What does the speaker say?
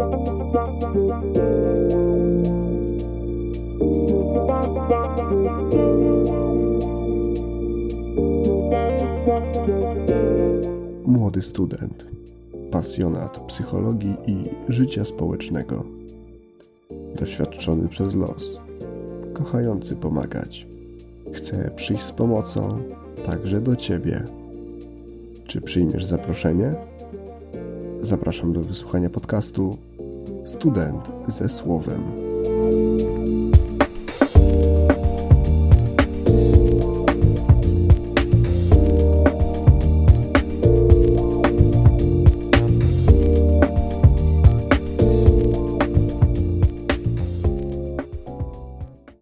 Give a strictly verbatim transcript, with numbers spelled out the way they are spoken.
Młody student, pasjonat psychologii i życia społecznego, doświadczony przez los, kochający pomagać. Chcę przyjść z pomocą także do Ciebie. Czy przyjmiesz zaproszenie? Zapraszam do wysłuchania podcastu Student ze Słowem.